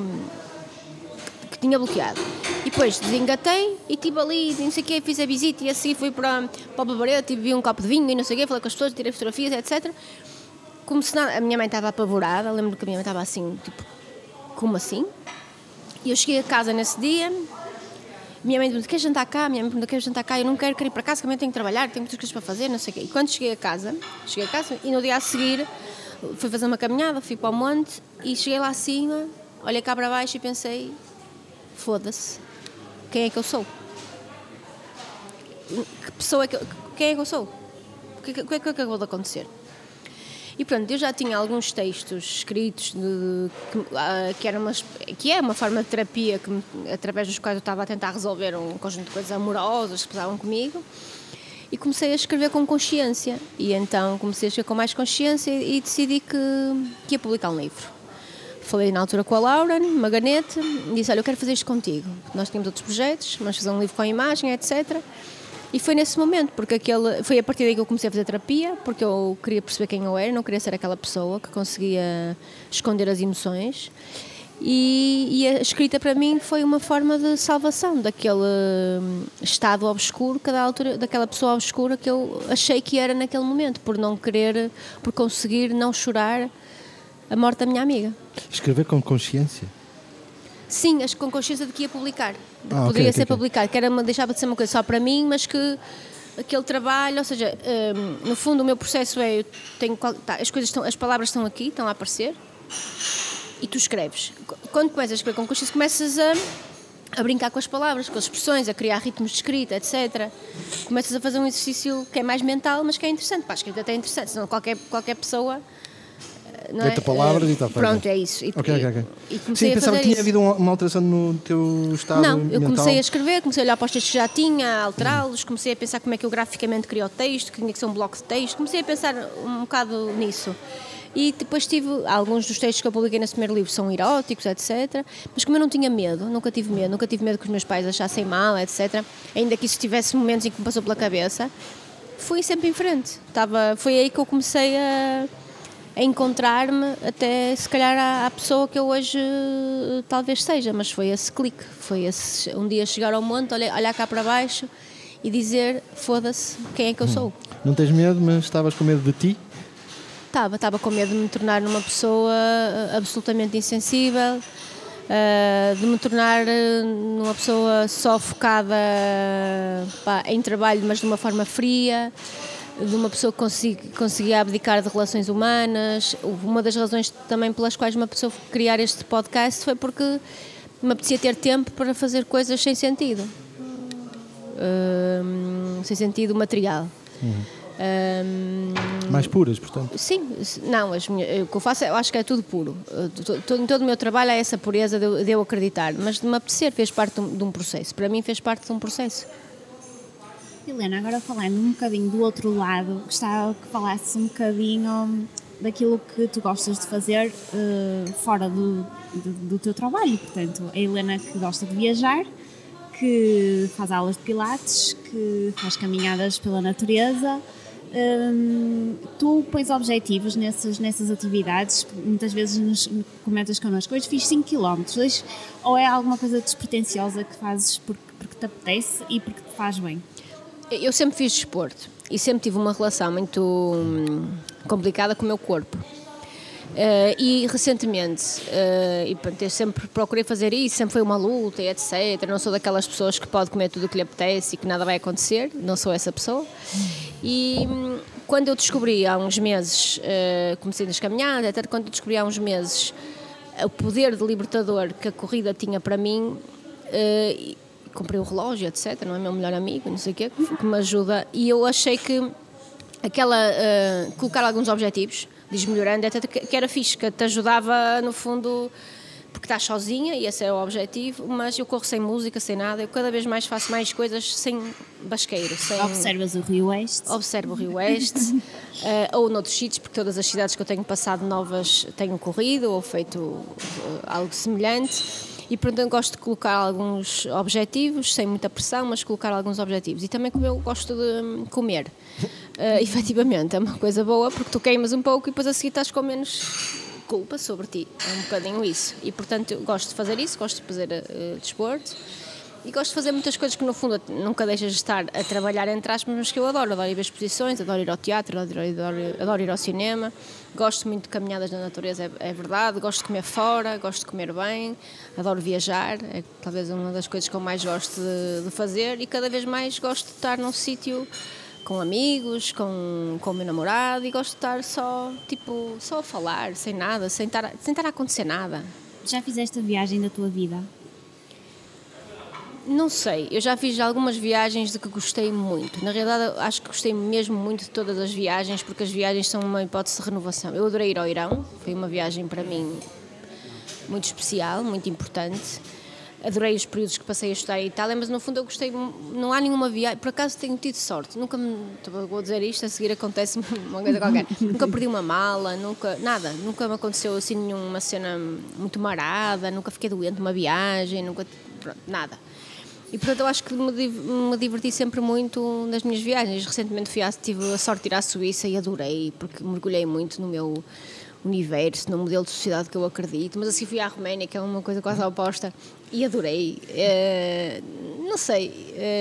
tinha bloqueado. E depois desengatei e estive ali, não sei o quê, fiz a visita e assim fui para o bebedouro, bebi um copo de vinho e não sei o quê, falei com as pessoas, tirei fotografias, etc. Como se nada, a minha mãe estava apavorada, lembro que a minha mãe estava assim, tipo, como assim? E eu cheguei a casa nesse dia, minha mãe perguntou, quer jantar cá? Minha mãe perguntou, quer jantar cá? Eu não quero ir para casa, que também tenho que trabalhar, tenho muitas coisas para fazer, não sei o quê. E quando cheguei a casa e no dia a seguir fui fazer uma caminhada, fui para o monte e cheguei lá acima, olhei cá para baixo e pensei, foda-se, quem é que eu sou? Quem é que eu sou? O que é que acabou de acontecer? E pronto, eu já tinha alguns textos escritos que é uma forma de terapia através dos quais eu estava a tentar resolver um conjunto de coisas amorosas que pesavam comigo, e comecei a escrever com consciência, e então comecei a escrever com mais consciência e decidi que ia publicar um livro. Falei na altura com a Laura Maganete e disse, olha, eu quero fazer isto contigo. Nós tínhamos outros projetos, vamos fazer um livro com a imagem, etc. E foi nesse momento, porque foi a partir daí que eu comecei a fazer terapia, porque eu queria perceber quem eu era, não queria ser aquela pessoa que conseguia esconder as emoções. E a escrita para mim foi uma forma de salvação daquele estado obscuro, daquela pessoa obscura que eu achei que era naquele momento, por conseguir não chorar a morte da minha amiga. Escrever com consciência? Sim, com consciência de que ia publicar. Poderia ser publicado, que deixava de ser uma coisa só para mim, mas que aquele trabalho, ou seja, no fundo o meu processo é, as palavras estão aqui, estão a aparecer, e tu escreves. Quando começas a escrever com consciência, começas a brincar com as palavras, com as expressões, a criar ritmos de escrita, etc. Começas a fazer um exercício que é mais mental, mas que é interessante. Para a escrita até é interessante, senão qualquer pessoa... Deita palavras e está feito. Pronto, é isso. Ok. E comecei pensava que tinha havido uma alteração no teu estado mental. Não, eu comecei a escrever, comecei a olhar para os textos que já tinha, a alterá-los, comecei a pensar como é que eu graficamente queria o texto, que tinha que ser um bloco de texto, comecei a pensar um bocado nisso. E depois alguns dos textos que eu publiquei nesse primeiro livro são eróticos, etc. Mas como eu não tinha medo, nunca tive medo que os meus pais achassem mal, etc. Ainda que isso tivesse momentos em que me passou pela cabeça, fui sempre em frente. Foi aí que eu comecei a encontrar-me até se calhar à pessoa que eu hoje talvez seja, mas foi esse clique, foi esse um dia chegar ao monte, olhar cá para baixo e dizer, foda-se, quem é que eu sou? Não tens medo, mas estavas com medo de ti? Estava com medo de me tornar uma pessoa absolutamente insensível, de me tornar numa pessoa só focada em trabalho, mas de uma forma fria, de uma pessoa que conseguia abdicar de relações humanas. Uma das razões também pelas quais me apeteceu criar este podcast foi porque me apetecia ter tempo para fazer coisas sem sentido, sem sentido material. Mais puras, portanto? Sim, não, o que eu faço eu acho que é tudo puro. Em todo o meu trabalho há essa pureza de eu acreditar, mas de me apetecer fez parte de um processo. Para mim fez parte de um processo. Helena, agora falando um bocadinho do outro lado, gostava que falasses um bocadinho daquilo que tu gostas de fazer fora do teu trabalho. Portanto, a Helena que gosta de viajar, que faz aulas de pilates, que faz caminhadas pela natureza. Tu pões objetivos nessas atividades, muitas vezes comentas connosco, hoje fiz 5 km, ou é alguma coisa despretensiosa que fazes porque te apetece e porque te faz bem? Eu sempre fiz desporto e sempre tive uma relação muito complicada com o meu corpo. E recentemente, eu sempre procurei fazer isso, sempre foi uma luta e etc. Não sou daquelas pessoas que pode comer tudo o que lhe apetece e que nada vai acontecer, não sou essa pessoa. E quando eu descobri há uns meses, comecei nas caminhadas, até quando eu descobri há uns meses o poder de libertador que a corrida tinha para mim, comprei o relógio, etc. Não é meu melhor amigo, não sei o quê, que me ajuda. E eu achei que colocar alguns objetivos, diz melhorando, até que era fixe, que te ajudava no fundo, porque estás sozinha e esse é o objetivo, mas eu corro sem música, sem nada, eu cada vez mais faço mais coisas sem basqueiro. Observas o Rio Oeste? Observo o Rio Oeste, ou noutros sítios, porque todas as cidades que eu tenho passado novas tenho corrido ou feito algo semelhante. E portanto eu gosto de colocar alguns objetivos, sem muita pressão, mas colocar alguns objetivos. E também como eu gosto de comer. Efetivamente, é uma coisa boa, porque tu queimas um pouco e depois a seguir estás com menos culpa sobre ti. É um bocadinho isso. E portanto eu gosto de fazer isso, gosto de fazer desporto. E gosto de fazer muitas coisas que no fundo nunca deixas de estar a trabalhar entre aspas, mas que eu adoro. Adoro ir ver exposições, adoro ir ao teatro, adoro ir ao cinema. Gosto muito de caminhadas na natureza, é verdade. Gosto de comer fora, gosto de comer bem. Adoro viajar, é talvez uma das coisas que eu mais gosto de fazer. E cada vez mais gosto de estar num sítio com amigos, com o meu namorado. E gosto de estar só a falar, sem nada, sem estar a acontecer nada. Já fizeste a viagem da tua vida? Não sei, eu já fiz algumas viagens de que gostei muito. Na realidade, acho que gostei mesmo muito de todas as viagens, porque as viagens são uma hipótese de renovação. Eu adorei ir ao Irão, foi uma viagem para mim muito especial, muito importante. Adorei os períodos que passei a estudar em Itália, mas no fundo eu gostei, não há nenhuma viagem, por acaso tenho tido sorte, vou dizer isto, a seguir acontece uma coisa qualquer, nunca perdi uma mala, nunca me aconteceu assim nenhuma cena muito marada, nunca fiquei doente numa viagem, nada. E portanto eu acho que me diverti sempre muito nas minhas viagens. Recentemente tive a sorte de ir à Suíça e adorei, porque mergulhei muito no meu universo, no modelo de sociedade que eu acredito, mas assim fui à Roménia, que é uma coisa quase oposta, e adorei. Não sei,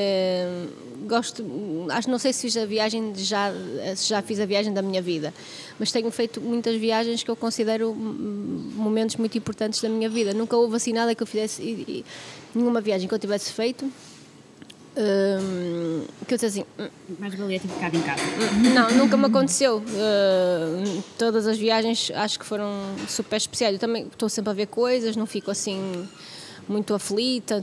não sei se fiz a viagem, já fiz a viagem da minha vida, mas tenho feito muitas viagens que eu considero momentos muito importantes da minha vida. Nunca houve assim nada que eu fizesse, nenhuma viagem que eu tivesse feito, que eu disse assim, mais valia ter ficado em casa. Não, nunca me aconteceu. Todas as viagens acho que foram super especiais. Eu também estou sempre a ver coisas, não fico assim muito aflita,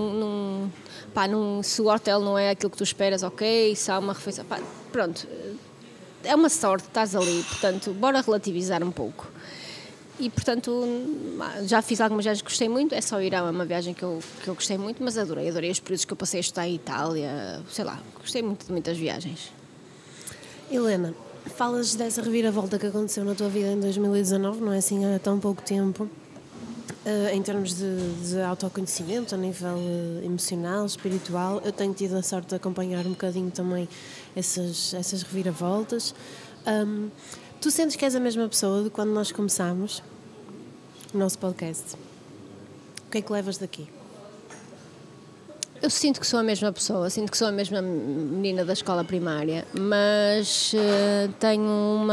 se o hotel não é aquilo que tu esperas, ok, se há uma refeição, pronto, é uma sorte, estás ali, portanto, bora relativizar um pouco. E, portanto, já fiz algumas viagens que gostei muito. É só o Irão, é uma viagem que eu gostei muito, mas adorei os períodos que eu passei a estudar em Itália, sei lá, gostei muito de muitas viagens. Helena, falas dessa reviravolta que aconteceu na tua vida em 2019, não é assim há tão pouco tempo, em termos de autoconhecimento, a nível emocional, espiritual. Eu tenho tido a sorte de acompanhar um bocadinho também essas reviravoltas. Tu sentes que és a mesma pessoa de quando nós começámos o nosso podcast? O que é que levas daqui? Eu sinto que sou a mesma pessoa, sinto que sou a mesma menina da escola primária, mas tenho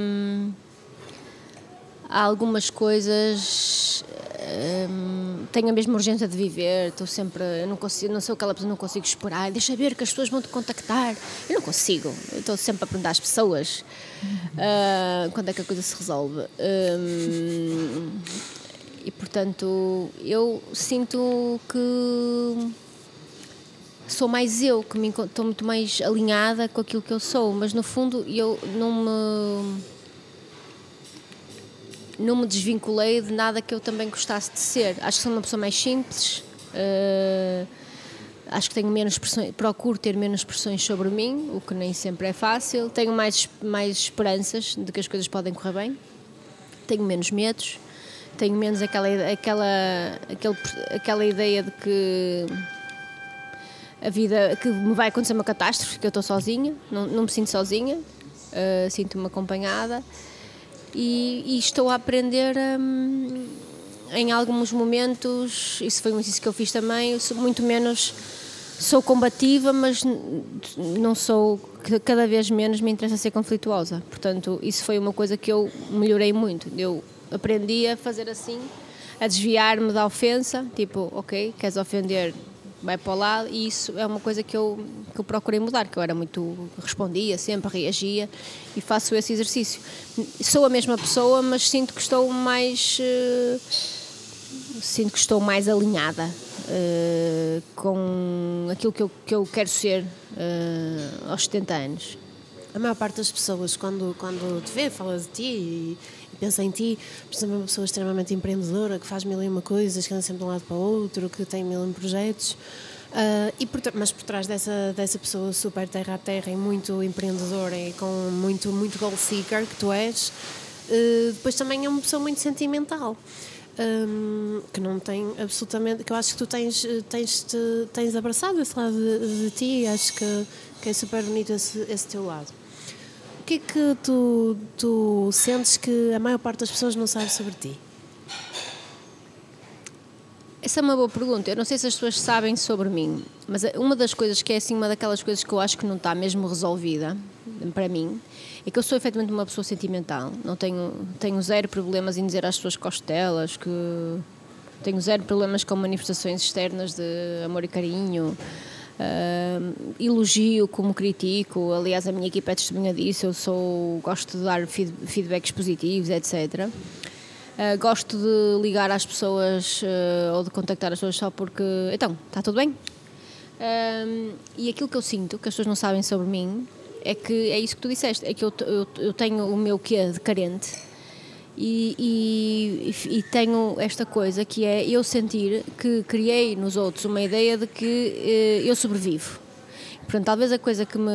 há algumas coisas, tenho a mesma urgência de viver, estou sempre, não sou aquela pessoa que não consigo esperar, deixa ver que as pessoas vão te contactar, eu não consigo, eu estou sempre a perguntar às pessoas quando é que a coisa se resolve, e portanto eu sinto que sou mais eu, que estou muito mais alinhada com aquilo que eu sou, mas no fundo eu não me desvinculei de nada que eu também gostasse de ser. Acho que sou uma pessoa mais simples, acho que tenho menos pressões, procuro ter menos pressões sobre mim, o que nem sempre é fácil. Tenho mais esperanças de que as coisas podem correr bem, tenho menos medos, tenho menos aquela ideia de que a vida, que me vai acontecer uma catástrofe, que eu estou sozinha, não me sinto sozinha, sinto-me acompanhada. E estou a aprender em alguns momentos, isso foi muito isso que eu fiz também, sou combativa, mas não sou, cada vez menos me interessa ser conflituosa. Portanto, isso foi uma coisa que eu melhorei muito. Eu aprendi a fazer assim, a desviar-me da ofensa, tipo, ok, queres ofender, vai para o lado, e isso é uma coisa que eu procurei mudar, que eu era muito, respondia sempre, reagia, e faço esse exercício. Sou a mesma pessoa, mas sinto que estou mais alinhada com aquilo que eu quero ser aos 70 anos. A maior parte das pessoas, quando te vê, fala de ti e pensa em ti, por exemplo, uma pessoa extremamente empreendedora, que faz mil e uma coisas, que anda sempre de um lado para o outro, que tem mil e um projetos, mas por trás dessa pessoa super terra a terra e muito empreendedora e com muito goal seeker que tu és, depois também é uma pessoa muito sentimental. que não tem absolutamente, que eu acho que tu tens abraçado esse lado de ti e acho que é super bonito esse teu lado. O que é que tu sentes que a maior parte das pessoas não sabe sobre ti? Essa é uma boa pergunta. Eu não sei se as pessoas sabem sobre mim, mas uma das coisas que é assim, uma daquelas coisas que eu acho que não está mesmo resolvida para mim, é que eu sou efetivamente uma pessoa sentimental. Não tenho zero problemas em dizer às pessoas que gosto delas, que tenho zero problemas com manifestações externas de amor e carinho. Elogio como critico. Aliás, a minha equipa é testemunha disso. Gosto de dar feedbacks positivos, etc. Gosto de ligar às pessoas ou de contactar as pessoas só porque então, está tudo bem? E aquilo que eu sinto, que as pessoas não sabem sobre mim, é que é isso que tu disseste, é que eu tenho o meu quê de carente e tenho esta coisa que é eu sentir que criei nos outros uma ideia de que eu sobrevivo. Portanto, talvez a coisa que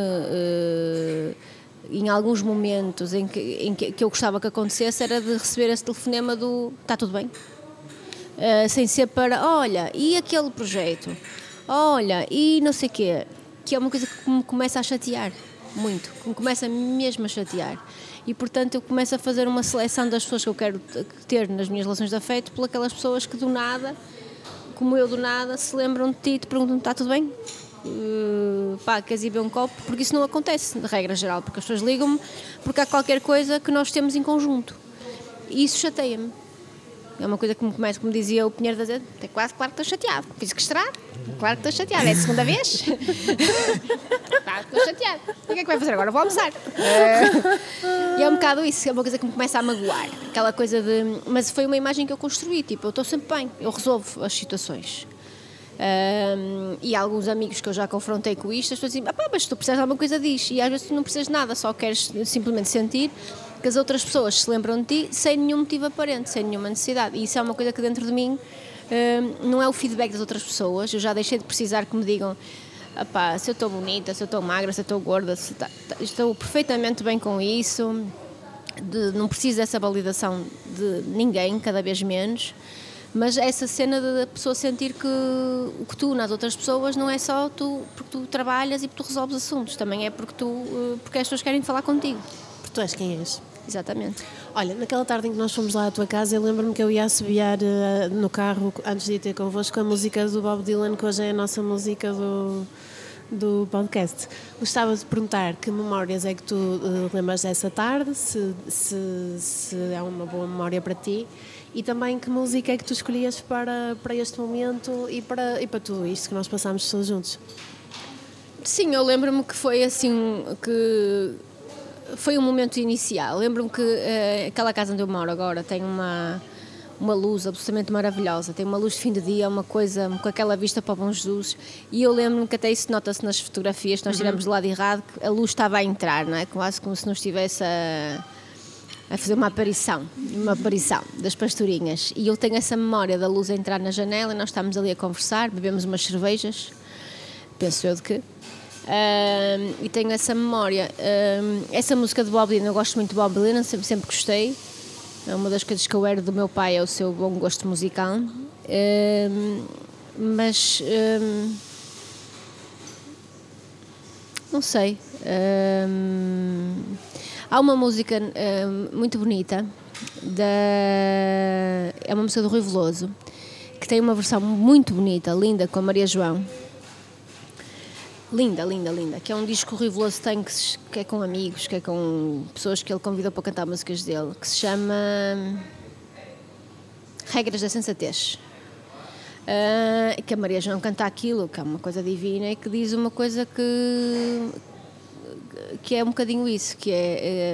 em alguns momentos em que eu gostava que acontecesse era de receber esse telefonema do está tudo bem? Sem ser para, olha, e aquele projeto? Olha, e não sei o quê, que é uma coisa que me começa a chatear muito, que me começa mesmo a chatear. E, portanto, eu começo a fazer uma seleção das pessoas que eu quero ter nas minhas relações de afeto por aquelas pessoas que do nada, como eu do nada, se lembram de ti e te perguntam, está tudo bem? Queres ir beber um copo? Porque isso não acontece, de regra geral, porque as pessoas ligam-me porque há qualquer coisa que nós temos em conjunto. E isso chateia-me. É uma coisa que me começa, como dizia o Pinheiro, a dizer, claro que estou chateado. Fiz que estará? Claro que estou chateado. É a segunda vez? Claro que estou chateado. O que é que vai fazer agora? Vou almoçar. E é um bocado isso, é uma coisa que me começa a magoar. Aquela coisa de... Mas foi uma imagem que eu construí, tipo, eu estou sempre bem, eu resolvo as situações. E há alguns amigos que eu já confrontei com isto, as pessoas dizem, mas tu precisas de alguma coisa disso. E às vezes tu não precisas de nada, só queres simplesmente sentir que as outras pessoas se lembram de ti sem nenhum motivo aparente, sem nenhuma necessidade. E isso é uma coisa que dentro de mim não é o feedback das outras pessoas. Eu já deixei de precisar que me digam se eu estou bonita, se eu estou magra, se eu estou gorda, estou perfeitamente bem com isso. Não preciso dessa validação de ninguém, cada vez menos. Mas essa cena da pessoa sentir que o que tu nas outras pessoas não é só tu, porque tu trabalhas e porque tu resolves assuntos, também é porque as pessoas querem falar contigo. Porque tu és quem és. Exatamente. Olha, naquela tarde em que nós fomos lá à tua casa, eu lembro-me que eu ia assobiar no carro, antes de ir ter convosco, a música do Bob Dylan, que hoje é a nossa música do podcast. Gostava de perguntar que memórias é que tu lembras dessa tarde, se é uma boa memória para ti, e também que música é que tu escolhias para este momento e para tudo isto que nós passámos todos juntos. Sim, eu lembro-me que foi assim, que foi um momento inicial. Lembro-me que aquela casa onde eu moro agora tem uma luz absolutamente maravilhosa, tem uma luz de fim de dia, uma coisa com aquela vista para o Bom Jesus, e eu lembro-me que até isso nota-se nas fotografias que nós tiramos do lado errado, que a luz estava a entrar, não é? Quase como se não estivesse a fazer uma aparição das pastorinhas, e eu tenho essa memória da luz a entrar na janela e nós estamos ali a conversar, bebemos umas cervejas, penso eu de que e tenho essa memória. Essa música de Bob Dylan, eu gosto muito de Bob Dylan, sempre gostei. É uma das coisas que eu herdo do meu pai, é o seu bom gosto musical. Mas não sei. Há uma música muito bonita é uma música do Rui Veloso, que tem uma versão muito bonita, linda, com a Maria João. Linda, linda, linda. Que é um disco que o Rui Veloso tem, que é com amigos, que é com pessoas que ele convidou para cantar músicas dele, que se chama Regras da Sensatez. Que a Maria João canta aquilo, que é uma coisa divina, e que diz uma coisa que é um bocadinho isso, que é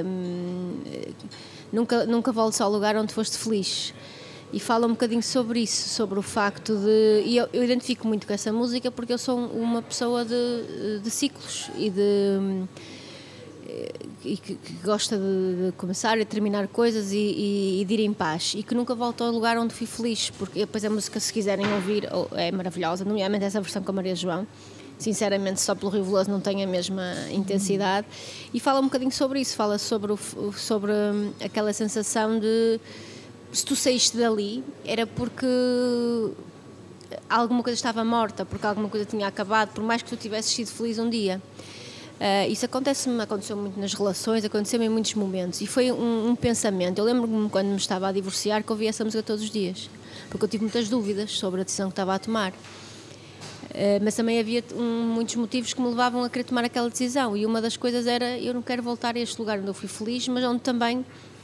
nunca voltes ao lugar onde foste feliz. E fala um bocadinho sobre isso, sobre o facto de... E eu identifico muito com essa música porque eu sou uma pessoa de ciclos e que gosta de começar e terminar coisas e de ir em paz, e que nunca volto ao lugar onde fui feliz, porque depois a música, se quiserem ouvir, é maravilhosa, nomeadamente essa versão com a Maria João. Sinceramente, só pelo Rui Veloso não tem a mesma intensidade, e fala um bocadinho sobre isso, fala sobre aquela sensação de se tu saíste dali, era porque alguma coisa estava morta, porque alguma coisa tinha acabado, por mais que tu tivesses sido feliz um dia. Isso aconteceu muito nas relações, aconteceu em muitos momentos, e foi um pensamento. Eu lembro-me quando me estava a divorciar que ouvia essa música todos os dias, porque eu tive muitas dúvidas sobre a decisão que estava a tomar. Mas também havia muitos motivos que me levavam a querer tomar aquela decisão, e uma das coisas era: eu não quero voltar a este lugar onde eu fui feliz, mas onde também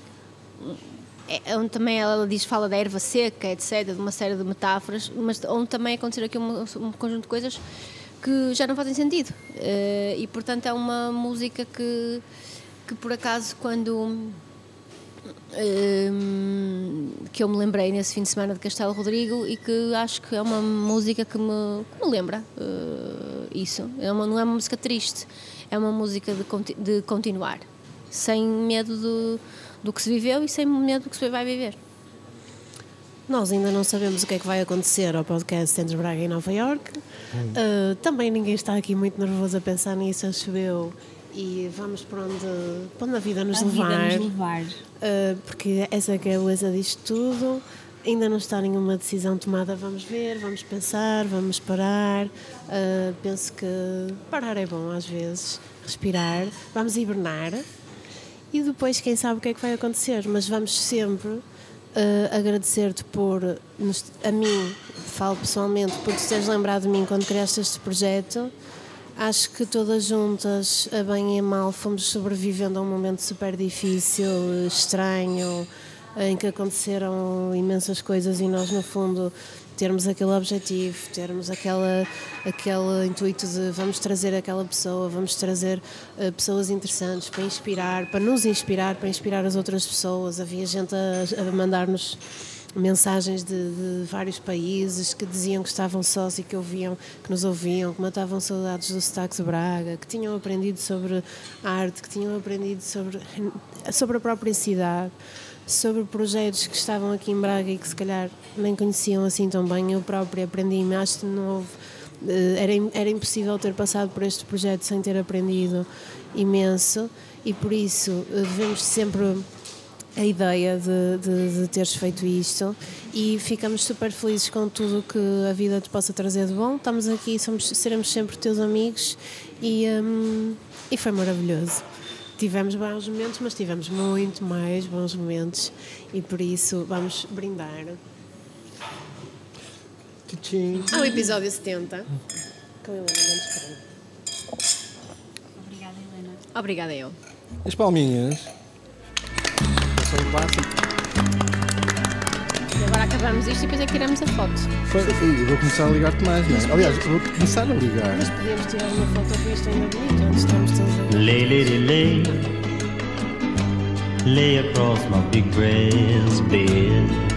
ela fala da erva seca, etc., de uma série de metáforas, mas onde também aconteceram aqui um conjunto de coisas que já não fazem sentido. E portanto é uma música que por acaso, quando que eu me lembrei nesse fim de semana de Castelo Rodrigo, e que acho que é uma música que me lembra isso. Não é uma música triste, é uma música de continuar, sem medo do que se viveu e sem medo do que se vai viver. Nós ainda não sabemos o que é que vai acontecer ao podcast entre Braga e Nova Iorque. Também ninguém está aqui muito nervoso a pensar nisso, acho eu. E vamos para onde a vida nos levar. Porque essa que é a beleza disto tudo. Ainda não está nenhuma decisão tomada. Vamos ver, vamos pensar, vamos parar. Penso que parar é bom às vezes. Respirar. Vamos hibernar. E depois quem sabe o que é que vai acontecer. Mas vamos sempre agradecer-te por, a mim, falo pessoalmente, por te teres lembrado de mim quando criaste este projeto. Acho que todas juntas, a bem e a mal, fomos sobrevivendo a um momento super difícil, estranho, em que aconteceram imensas coisas, e nós, no fundo, termos aquele objetivo, termos aquele intuito de vamos trazer aquela pessoa, vamos trazer pessoas interessantes para inspirar, para nos inspirar, para inspirar as outras pessoas. Havia gente a mandar-nos mensagens de vários países que diziam que estavam sós e que nos ouviam, que matavam saudades do sotaque de Braga, que tinham aprendido sobre arte, que tinham aprendido sobre a própria cidade, sobre projetos que estavam aqui em Braga e que se calhar nem conheciam assim tão bem. Eu própria aprendi, mas acho que não houve, era impossível ter passado por este projeto sem ter aprendido imenso, e por isso devemos sempre a ideia de teres feito isto, e ficamos super felizes com tudo que a vida te possa trazer de bom. Estamos aqui, seremos sempre teus amigos, e foi maravilhoso. Tivemos bons momentos, mas tivemos muito mais bons momentos, e por isso vamos brindar ao episódio 70 com a Helena Mendes Pereira. Obrigada, Helena. Obrigada eu. As palminhas. Foi um clássico. E agora acabamos isto e depois é que tiramos a foto. Eu vou começar a ligar-te mais, não é? Aliás, vou começar a ligar. Mas podíamos tirar uma foto com isto ainda bonito, antes estamos todos a... Lay, lady, lay. Lay across my big brass bed.